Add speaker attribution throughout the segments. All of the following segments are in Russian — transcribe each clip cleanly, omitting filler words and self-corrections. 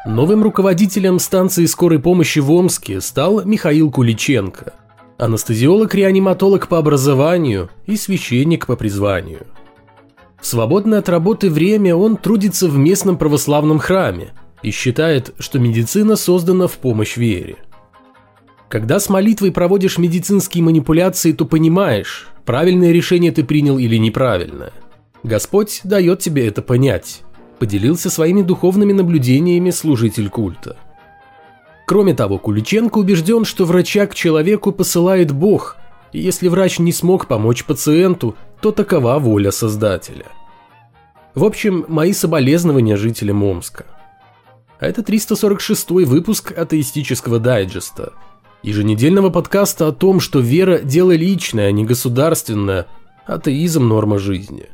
Speaker 1: Новым руководителем станции скорой помощи в Омске стал Михаил Куличенко, анестезиолог-реаниматолог по образованию и священник по призванию. В свободное от работы время он трудится в местном православном храме и считает, что медицина создана в помощь вере. Когда с молитвой проводишь медицинские манипуляции, то понимаешь, правильное решение ты принял или неправильное. Господь дает тебе это понять, поделился своими духовными наблюдениями служитель культа. Кроме того, Куличенко убежден, что врача к человеку посылает Бог, и если врач не смог помочь пациенту, то такова воля Создателя. В общем, мои соболезнования жителям Омска. А это 346-й выпуск атеистического дайджеста, еженедельного подкаста о том, что вера – дело личное, а не государственное, атеизм – норма жизни.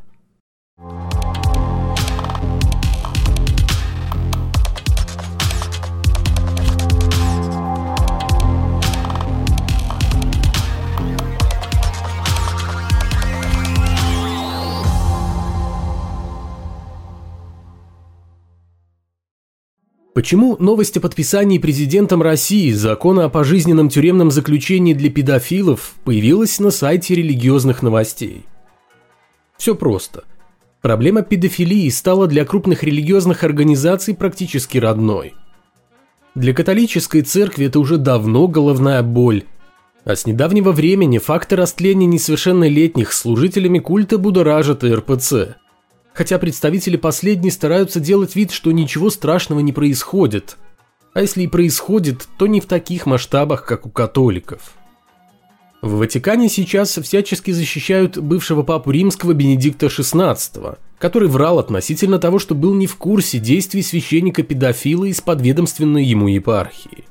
Speaker 1: Почему новость о подписании президентом России закона о пожизненном тюремном заключении для педофилов появилась на сайте религиозных новостей? Все просто. Проблема педофилии стала для крупных религиозных организаций практически родной. Для католической церкви это уже давно головная боль, а с недавнего времени факты растления несовершеннолетних служителями культа будоражат и РПЦ. Хотя представители последней стараются делать вид, что ничего страшного не происходит. А если и происходит, то не в таких масштабах, как у католиков. В Ватикане сейчас всячески защищают бывшего папу римского Бенедикта XVI, который врал относительно того, что был не в курсе действий священника-педофила из подведомственной ему епархии.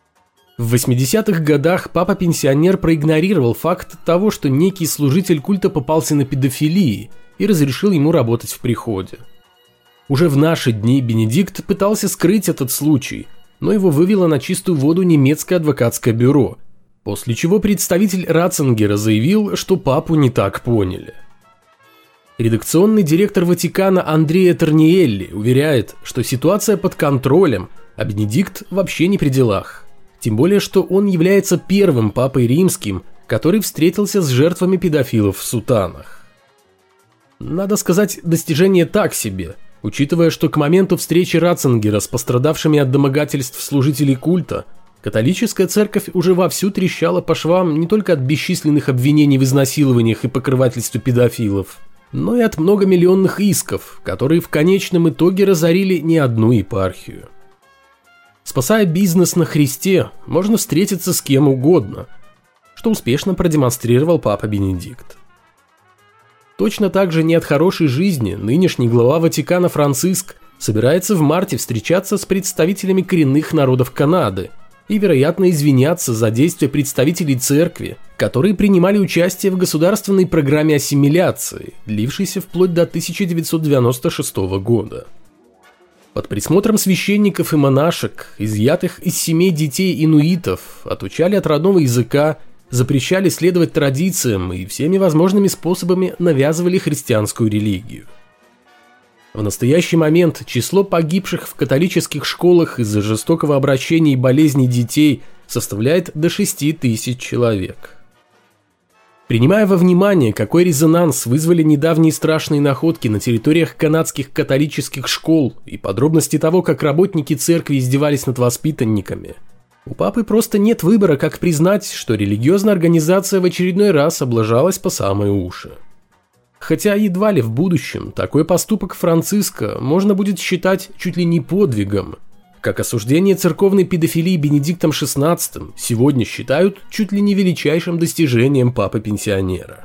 Speaker 1: В 80-х годах папа-пенсионер проигнорировал факт того, что некий служитель культа попался на педофилии, и разрешил ему работать в приходе. Уже в наши дни Бенедикт пытался скрыть этот случай, но его вывело на чистую воду немецкое адвокатское бюро, после чего представитель Ратцингера заявил, что папу не так поняли. Редакционный директор Ватикана Андреа Торниелли уверяет, что ситуация под контролем, а Бенедикт вообще не при делах. Тем более, что он является первым папой римским, который встретился с жертвами педофилов в сутанах. Надо сказать, достижение так себе, учитывая, что к моменту встречи Ратцингера с пострадавшими от домогательств служителей культа, католическая церковь уже вовсю трещала по швам не только от бесчисленных обвинений в изнасилованиях и покрывательстве педофилов, но и от многомиллионных исков, которые в конечном итоге разорили не одну епархию. Спасая бизнес на Христе, можно встретиться с кем угодно, что успешно продемонстрировал папа Бенедикт. Точно так же не от хорошей жизни нынешний глава Ватикана Франциск собирается в марте встречаться с представителями коренных народов Канады и, вероятно, извиняться за действия представителей церкви, которые принимали участие в государственной программе ассимиляции, длившейся вплоть до 1996 года. Под присмотром священников и монашек, изъятых из семей детей инуитов, отучали от родного языка, запрещали следовать традициям и всеми возможными способами навязывали христианскую религию. В настоящий момент число погибших в католических школах из-за жестокого обращения и болезней детей составляет до 6 тысяч человек. Принимая во внимание, какой резонанс вызвали недавние страшные находки на территориях канадских католических школ и подробности того, как работники церкви издевались над воспитанниками, у папы просто нет выбора, как признать, что религиозная организация в очередной раз облажалась по самые уши. Хотя едва ли в будущем такой поступок Франциска можно будет считать чуть ли не подвигом, как осуждение церковной педофилии Бенедиктом XVI сегодня считают чуть ли не величайшим достижением папы-пенсионера.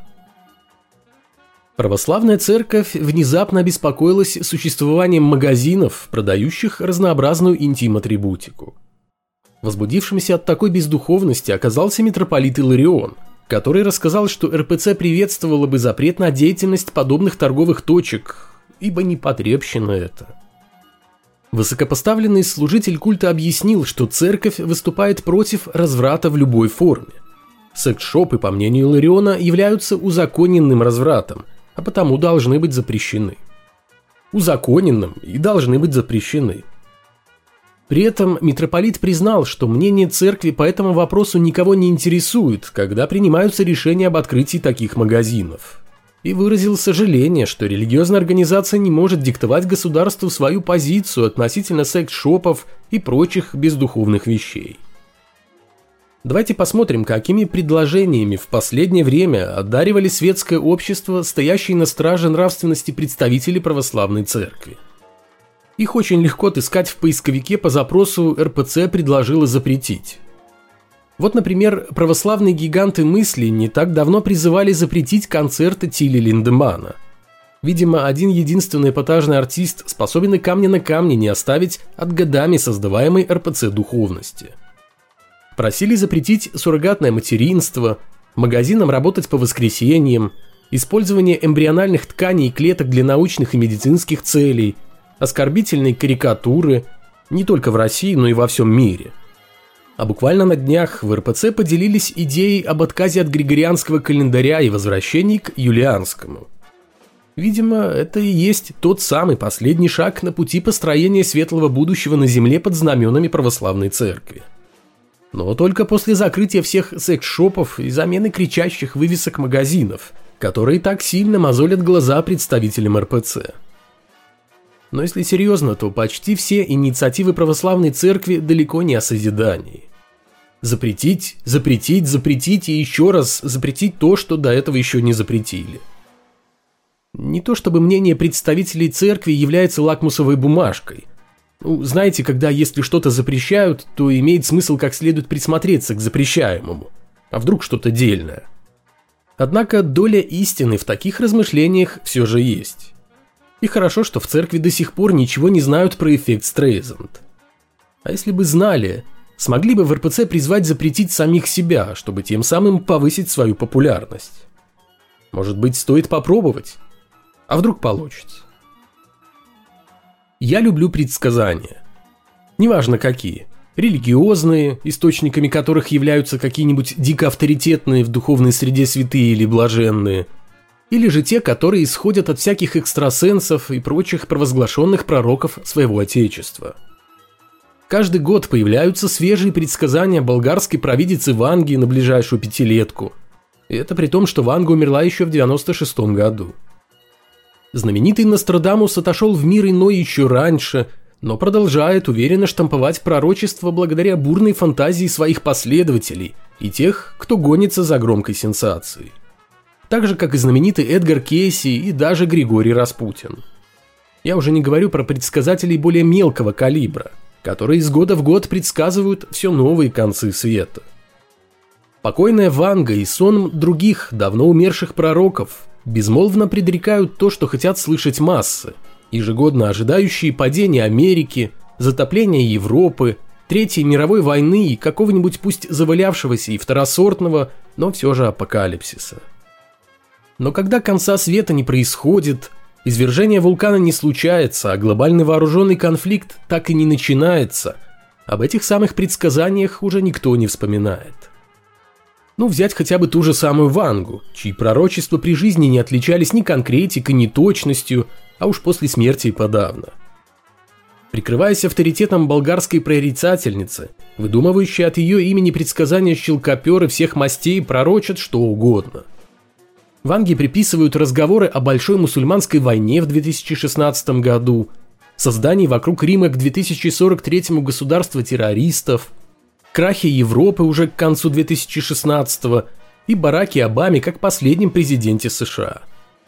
Speaker 1: Православная церковь внезапно обеспокоилась существованием магазинов, продающих разнообразную интим-атрибутику. Возбудившимся от такой бездуховности оказался митрополит Иларион, который рассказал, что РПЦ приветствовала бы запрет на деятельность подобных торговых точек, ибо непотребщина это. Высокопоставленный служитель культа объяснил, что церковь выступает против разврата в любой форме. Секс-шопы, по мнению Илариона, являются узаконенным развратом, а потому должны быть запрещены. Узаконенным и должны быть запрещены. При этом митрополит признал, что мнение церкви по этому вопросу никого не интересует, когда принимаются решения об открытии таких магазинов. И выразил сожаление, что религиозная организация не может диктовать государству свою позицию относительно секс-шопов и прочих бездуховных вещей. Давайте посмотрим, какими предложениями в последнее время одаривали светское общество, стоящие на страже нравственности представители православной церкви. Их очень легко отыскать в поисковике по запросу «РПЦ предложила запретить». Вот, например, православные гиганты мысли не так давно призывали запретить концерты Тилли Линдеманна. Видимо, один единственный эпатажный артист способен и камня на камне не оставить от годами создаваемой РПЦ духовности. Просили запретить суррогатное материнство, магазинам работать по воскресеньям, использование эмбриональных тканей и клеток для научных и медицинских целей, оскорбительные карикатуры, не только в России, но и во всем мире. А буквально на днях в РПЦ поделились идеей об отказе от григорианского календаря и возвращении к юлианскому. Видимо, это и есть тот самый последний шаг на пути построения светлого будущего на земле под знаменами православной церкви. Но только после закрытия всех секс-шопов и замены кричащих вывесок магазинов, которые так сильно мозолят глаза представителям РПЦ. Но если серьезно, то почти все инициативы православной церкви далеко не о созидании. Запретить, запретить, запретить и еще раз запретить то, что до этого еще не запретили. Не то чтобы мнение представителей церкви является лакмусовой бумажкой. Знаете, когда если что-то запрещают, то имеет смысл как следует присмотреться к запрещаемому. А вдруг что-то дельное? Однако доля истины в таких размышлениях все же есть. И хорошо, что в церкви до сих пор ничего не знают про эффект Стрейзанд. А если бы знали, смогли бы в РПЦ призвать запретить самих себя, чтобы тем самым повысить свою популярность. Может быть, стоит попробовать? А вдруг получится? Я люблю предсказания. Неважно какие. Религиозные, источниками которых являются какие-нибудь дико авторитетные в духовной среде святые или блаженные, или же те, которые исходят от всяких экстрасенсов и прочих провозглашенных пророков своего отечества. Каждый год появляются свежие предсказания болгарской провидицы Ванги на ближайшую пятилетку. И это при том, что Ванга умерла еще в 96-м году. Знаменитый Нострадамус отошел в мир иной еще раньше, но продолжает уверенно штамповать пророчества благодаря бурной фантазии своих последователей и тех, кто гонится за громкой сенсацией. Так же, как и знаменитый Эдгар Кейси и даже Григорий Распутин. Я уже не говорю про предсказателей более мелкого калибра, которые из года в год предсказывают все новые концы света. Покойная Ванга и сон других давно умерших пророков безмолвно предрекают то, что хотят слышать массы, ежегодно ожидающие падения Америки, затопления Европы, Третьей мировой войны и какого-нибудь пусть завалявшегося и второсортного, но все же апокалипсиса. Но когда конца света не происходит, извержение вулкана не случается, а глобальный вооруженный конфликт так и не начинается, об этих самых предсказаниях уже никто не вспоминает. Взять хотя бы ту же самую Вангу, чьи пророчества при жизни не отличались ни конкретикой, ни точностью, а уж после смерти и подавно. Прикрываясь авторитетом болгарской прорицательницы, выдумывающие от ее имени предсказания щелкоперы всех мастей пророчат что угодно. Ванге приписывают разговоры о большой мусульманской войне в 2016 году, создании вокруг Рима к 2043 государства террористов, крахе Европы уже к концу 2016 и Бараке Обаме как последнем президенте США.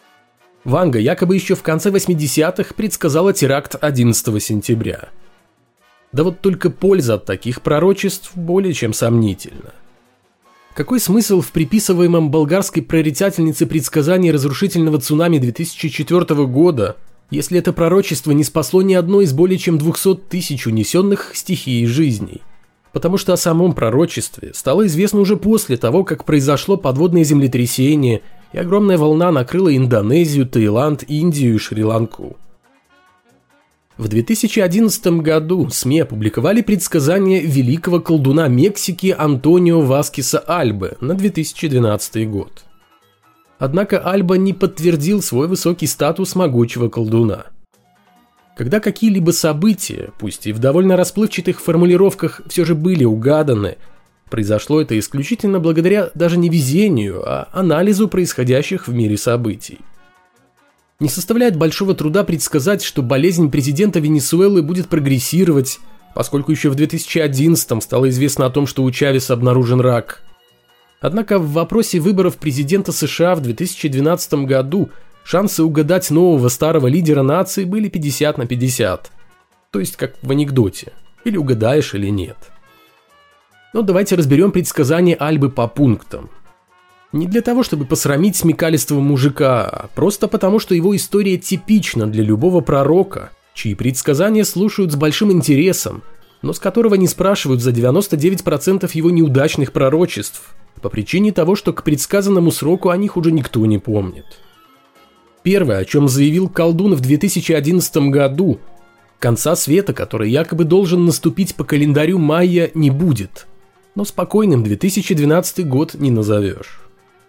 Speaker 1: Ванга якобы еще в конце 80-х предсказала теракт 11 сентября. Да вот только польза от таких пророчеств более чем сомнительна. Какой смысл в приписываемом болгарской прорицательнице предсказании разрушительного цунами 2004 года, если это пророчество не спасло ни одной из более чем 200 тысяч унесенных стихией жизней? Потому что о самом пророчестве стало известно уже после того, как произошло подводное землетрясение и огромная волна накрыла Индонезию, Таиланд, Индию и Шри-Ланку. В 2011 году СМИ опубликовали предсказание великого колдуна Мексики Антонио Васкеса Альбы на 2012 год. Однако Альба не подтвердил свой высокий статус могучего колдуна. Когда какие-либо события, пусть и в довольно расплывчатых формулировках, все же были угаданы, произошло это исключительно благодаря даже не везению, а анализу происходящих в мире событий. Не составляет большого труда предсказать, что болезнь президента Венесуэлы будет прогрессировать, поскольку еще в 2011-м стало известно о том, что у Чавеса обнаружен рак. Однако в вопросе выборов президента США в 2012 году шансы угадать нового старого лидера нации были 50 на 50. То есть как в анекдоте. Или угадаешь, или нет. Но давайте разберем предсказания Альбы по пунктам. Не для того, чтобы посрамить смекалистого мужика, а просто потому, что его история типична для любого пророка, чьи предсказания слушают с большим интересом, но с которого не спрашивают за 99% его неудачных пророчеств, по причине того, что к предсказанному сроку о них уже никто не помнит. Первое, о чем заявил колдун в 2011 году, конца света, который якобы должен наступить по календарю майя, не будет, но спокойным 2012 год не назовешь.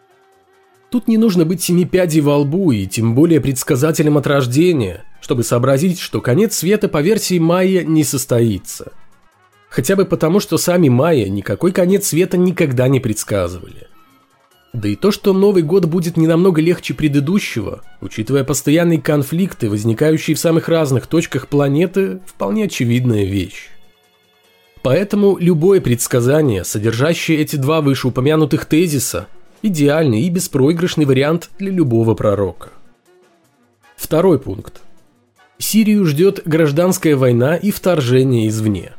Speaker 1: Тут не нужно быть семи пядей во лбу и тем более предсказателем от рождения, чтобы сообразить, что конец света по версии майя не состоится. Хотя бы потому, что сами майя никакой конец света никогда не предсказывали. Да и то, что Новый год будет не намного легче предыдущего, учитывая постоянные конфликты, возникающие в самых разных точках планеты, вполне очевидная вещь. Поэтому любое предсказание, содержащее эти два вышеупомянутых тезиса, идеальный и беспроигрышный вариант для любого пророка. Второй пункт. Сирию ждет гражданская война и вторжение извне.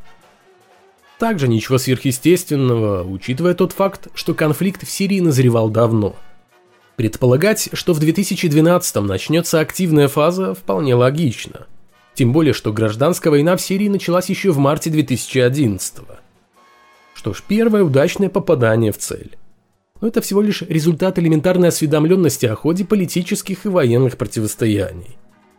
Speaker 1: Также ничего сверхъестественного, учитывая тот факт, что конфликт в Сирии назревал давно. Предполагать, что в 2012-м начнется активная фаза, вполне логично. Тем более, что гражданская война в Сирии началась еще в марте 2011-го. Что ж, первое удачное попадание в цель. Но это всего лишь результат элементарной осведомленности о ходе политических и военных противостояний.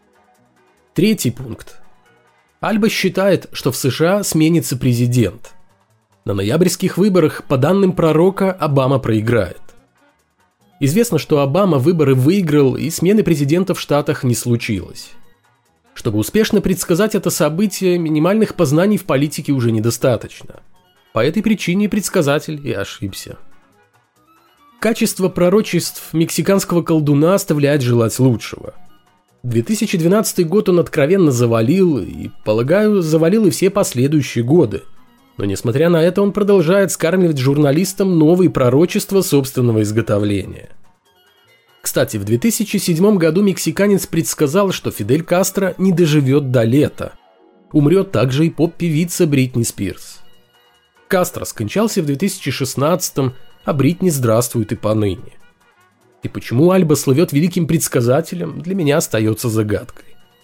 Speaker 1: Третий пункт. Альба считает, что в США сменится президент. На ноябрьских выборах, по данным пророка, Обама проиграет. Известно, что Обама выборы выиграл, и смены президента в Штатах не случилось. Чтобы успешно предсказать это событие, минимальных познаний в политике уже недостаточно. По этой причине предсказатель и ошибся. Качество пророчеств мексиканского колдуна оставляет желать лучшего. 2012 год он откровенно завалил, и, полагаю, завалил и все последующие годы. Но несмотря на это, он продолжает скармливать журналистам новые пророчества собственного изготовления. Кстати, в 2007 году мексиканец предсказал, что Фидель Кастро не доживет до лета. Умрет также и поп-певица Бритни Спирс. Кастро скончался в 2016, а Бритни здравствует и поныне. И почему Альба слывет великим предсказателем, для меня остается загадкой.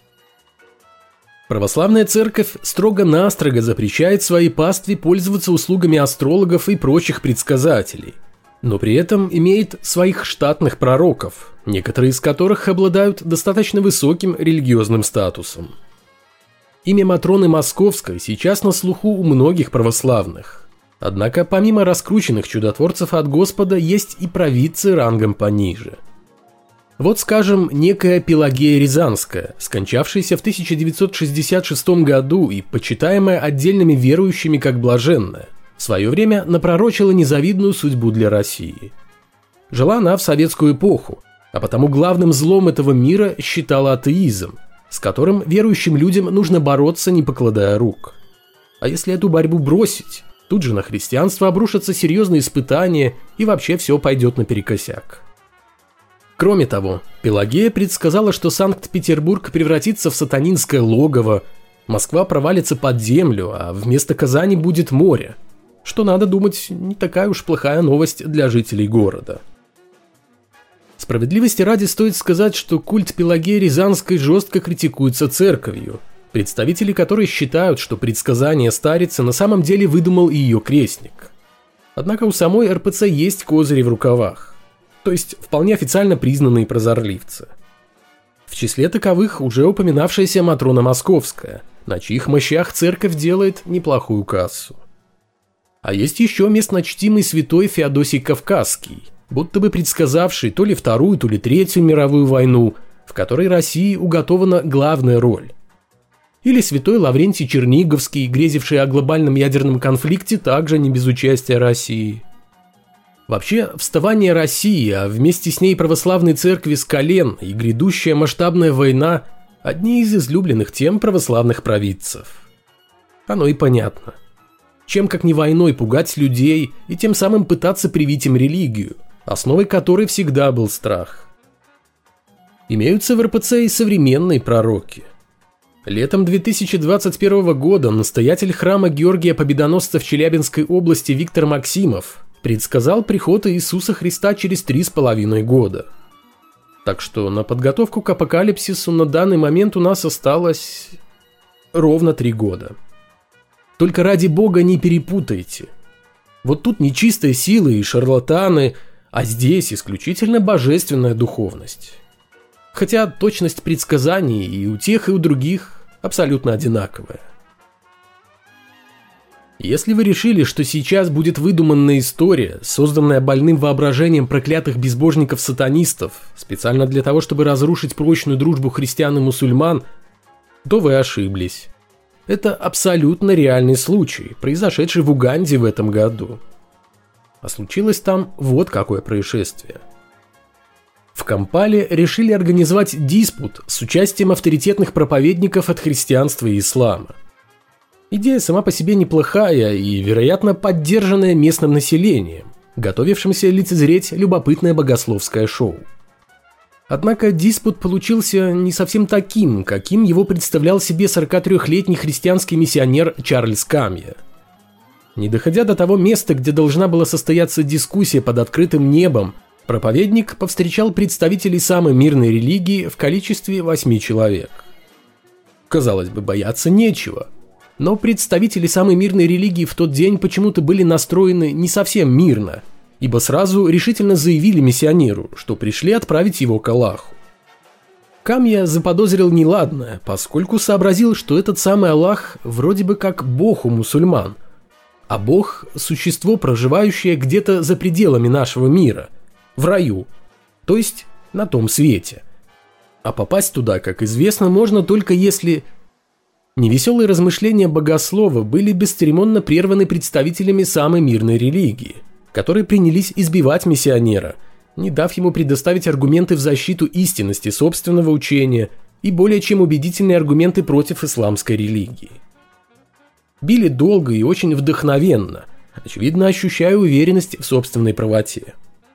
Speaker 1: Православная церковь строго-настрого запрещает своей пастве пользоваться услугами астрологов и прочих предсказателей, но при этом имеет своих штатных пророков, некоторые из которых обладают достаточно высоким религиозным статусом. Имя Матроны Московской сейчас на слуху у многих православных. Однако помимо раскрученных чудотворцев от Господа есть и провидцы рангом пониже. Вот, скажем, некая Пелагея Рязанская, скончавшаяся в 1966 году и почитаемая отдельными верующими как блаженная, в свое время напророчила незавидную судьбу для России. Жила она в советскую эпоху, а потому главным злом этого мира считала атеизм, с которым верующим людям нужно бороться, не покладая рук. А если эту борьбу бросить, тут же на христианство обрушатся серьезные испытания, и вообще все пойдет наперекосяк. Кроме того, Пелагея предсказала, что Санкт-Петербург превратится в сатанинское логово, Москва провалится под землю, а вместо Казани будет море, что, надо думать, не такая уж плохая новость для жителей города. Справедливости ради стоит сказать, что культ Пелагеи Рязанской жестко критикуется церковью, представители которой считают, что предсказание старицы на самом деле выдумал ее крестник. Однако у самой РПЦ есть козыри в рукавах, то есть вполне официально признанные прозорливцы. В числе таковых уже упоминавшаяся Матрона Московская, на чьих мощах церковь делает неплохую кассу. А есть еще местночтимый святой Феодосий Кавказский, будто бы предсказавший то ли Вторую, то ли Третью мировую войну, в которой России уготована главная роль. Или святой Лаврентий Черниговский, грезивший о глобальном ядерном конфликте, также не без участия России. Вообще, вставание России, а вместе с ней православной церкви с колен и грядущая масштабная война – одни из излюбленных тем православных провидцев. Оно и понятно. Чем как не войной пугать людей и тем самым пытаться привить им религию, основой которой всегда был страх. Имеются в РПЦ и современные пророки. Летом 2021 года настоятель храма Георгия Победоносца в Челябинской области Виктор Максимов предсказал приход Иисуса Христа через 3,5 года. Так что на подготовку к апокалипсису на данный момент у нас осталось ровно 3 года. Только ради Бога не перепутайте. Вот тут нечистые силы и шарлатаны, а здесь исключительно божественная духовность. Хотя точность предсказаний и у тех, и у других абсолютно одинаковая. Если вы решили, что сейчас будет выдуманная история, созданная больным воображением проклятых безбожников-сатанистов, специально для того, чтобы разрушить прочную дружбу христиан и мусульман, то вы ошиблись. Это абсолютно реальный случай, произошедший в Уганде в этом году. А случилось там вот какое происшествие. В Кампале решили организовать диспут с участием авторитетных проповедников от христианства и ислама. Идея сама по себе неплохая и, вероятно, поддержанная местным населением, готовившимся лицезреть любопытное богословское шоу. Однако диспут получился не совсем таким, каким его представлял себе 43-летний христианский миссионер Чарльз Камья. Не доходя до того места, где должна была состояться дискуссия под открытым небом, проповедник повстречал представителей самой мирной религии в количестве 8 человек. Казалось бы, бояться нечего. Но представители самой мирной религии в тот день почему-то были настроены не совсем мирно, ибо сразу решительно заявили миссионеру, что пришли отправить его к Аллаху. Камья заподозрил неладное, поскольку сообразил, что этот самый Аллах вроде бы как Бог у мусульман, а Бог – существо, проживающее где-то за пределами нашего мира, в раю, то есть на том свете. А попасть туда, как известно, можно только если... Невеселые размышления богослова были бесцеремонно прерваны представителями самой мирной религии, которые принялись избивать миссионера, не дав ему предоставить аргументы в защиту истинности собственного учения и более чем убедительные аргументы против исламской религии. Били долго и очень вдохновенно, очевидно ощущая уверенность в собственной правоте.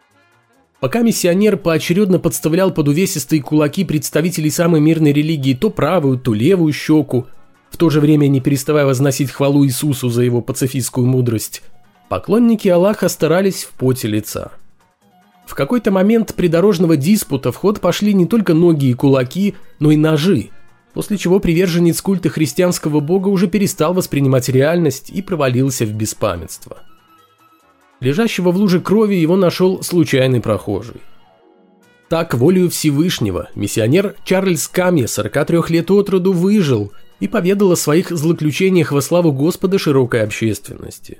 Speaker 1: Пока миссионер поочередно подставлял под увесистые кулаки представителей самой мирной религии то правую, то левую щеку, в то же время не переставая возносить хвалу Иисусу за его пацифистскую мудрость, поклонники Аллаха старались в поте лица. В какой-то момент придорожного диспута в ход пошли не только ноги и кулаки, но и ножи, после чего приверженец культа христианского бога уже перестал воспринимать реальность и провалился в беспамятство. Лежащего в луже крови его нашел случайный прохожий. Так, волею Всевышнего, миссионер Чарльз Камья, 43 лет от роду, выжил и поведал о своих злоключениях во славу Господа широкой общественности.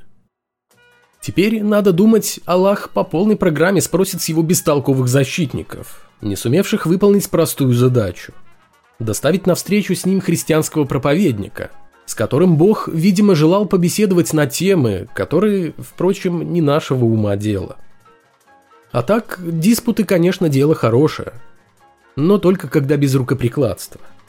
Speaker 1: Теперь, надо думать, Аллах по полной программе спросит с его бестолковых защитников, не сумевших выполнить простую задачу – доставить навстречу с ним христианского проповедника, с которым Бог, видимо, желал побеседовать на темы, которые, впрочем, не нашего ума дело. А так, диспуты, конечно, дело хорошее, но только когда без рукоприкладства.